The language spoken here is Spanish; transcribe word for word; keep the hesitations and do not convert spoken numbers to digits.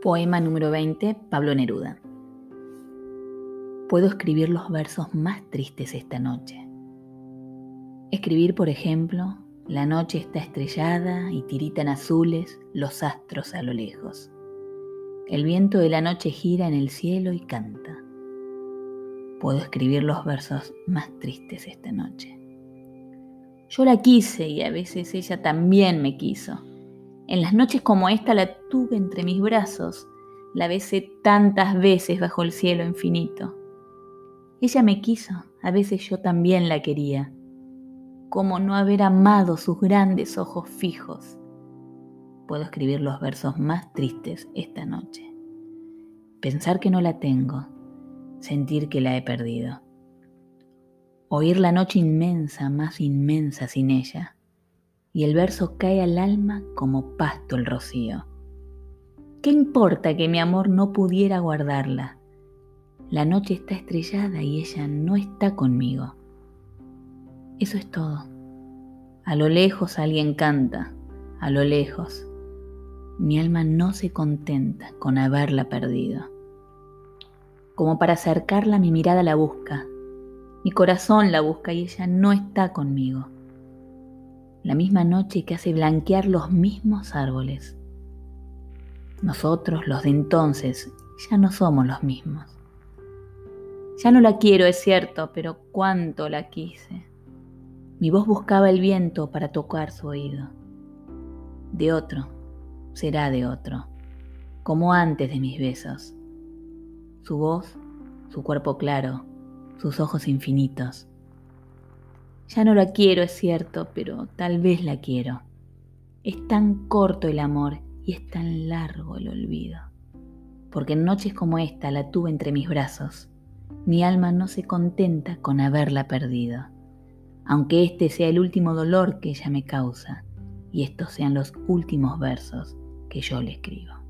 Poema número veinte, Pablo Neruda. Puedo escribir los versos más tristes esta noche. Escribir, por ejemplo, la noche está estrellada y tiritan azules los astros a lo lejos. El viento de la noche gira en el cielo y canta. Puedo escribir los versos más tristes esta noche. Yo la quise y a veces ella también me quiso. En las noches como esta la tuve entre mis brazos, la besé tantas veces bajo el cielo infinito. Ella me quiso, a veces yo también la quería. ¿Cómo no haber amado sus grandes ojos fijos? Puedo escribir los versos más tristes esta noche. Pensar que no la tengo, sentir que la he perdido. Oír la noche inmensa, más inmensa sin ella. Y el verso cae al alma como pasto el rocío. ¿Qué importa que mi amor no pudiera guardarla? La noche está estrellada y ella no está conmigo. Eso es todo. A lo lejos alguien canta, a lo lejos. Mi alma no se contenta con haberla perdido. Como para acercarla, mi mirada la busca. Mi corazón la busca y ella no está conmigo. La misma noche que hace blanquear los mismos árboles. Nosotros, los de entonces, ya no somos los mismos. Ya no la quiero, es cierto, pero cuánto la quise. Mi voz buscaba el viento para tocar su oído. De otro, será de otro, como antes de mis besos. Su voz, su cuerpo claro, sus ojos infinitos. Ya no la quiero, es cierto, pero tal vez la quiero. Es tan corto el amor y es tan largo el olvido. Porque en noches como esta la tuve entre mis brazos. Mi alma no se contenta con haberla perdido. Aunque este sea el último dolor que ella me causa y estos sean los últimos versos que yo le escribo.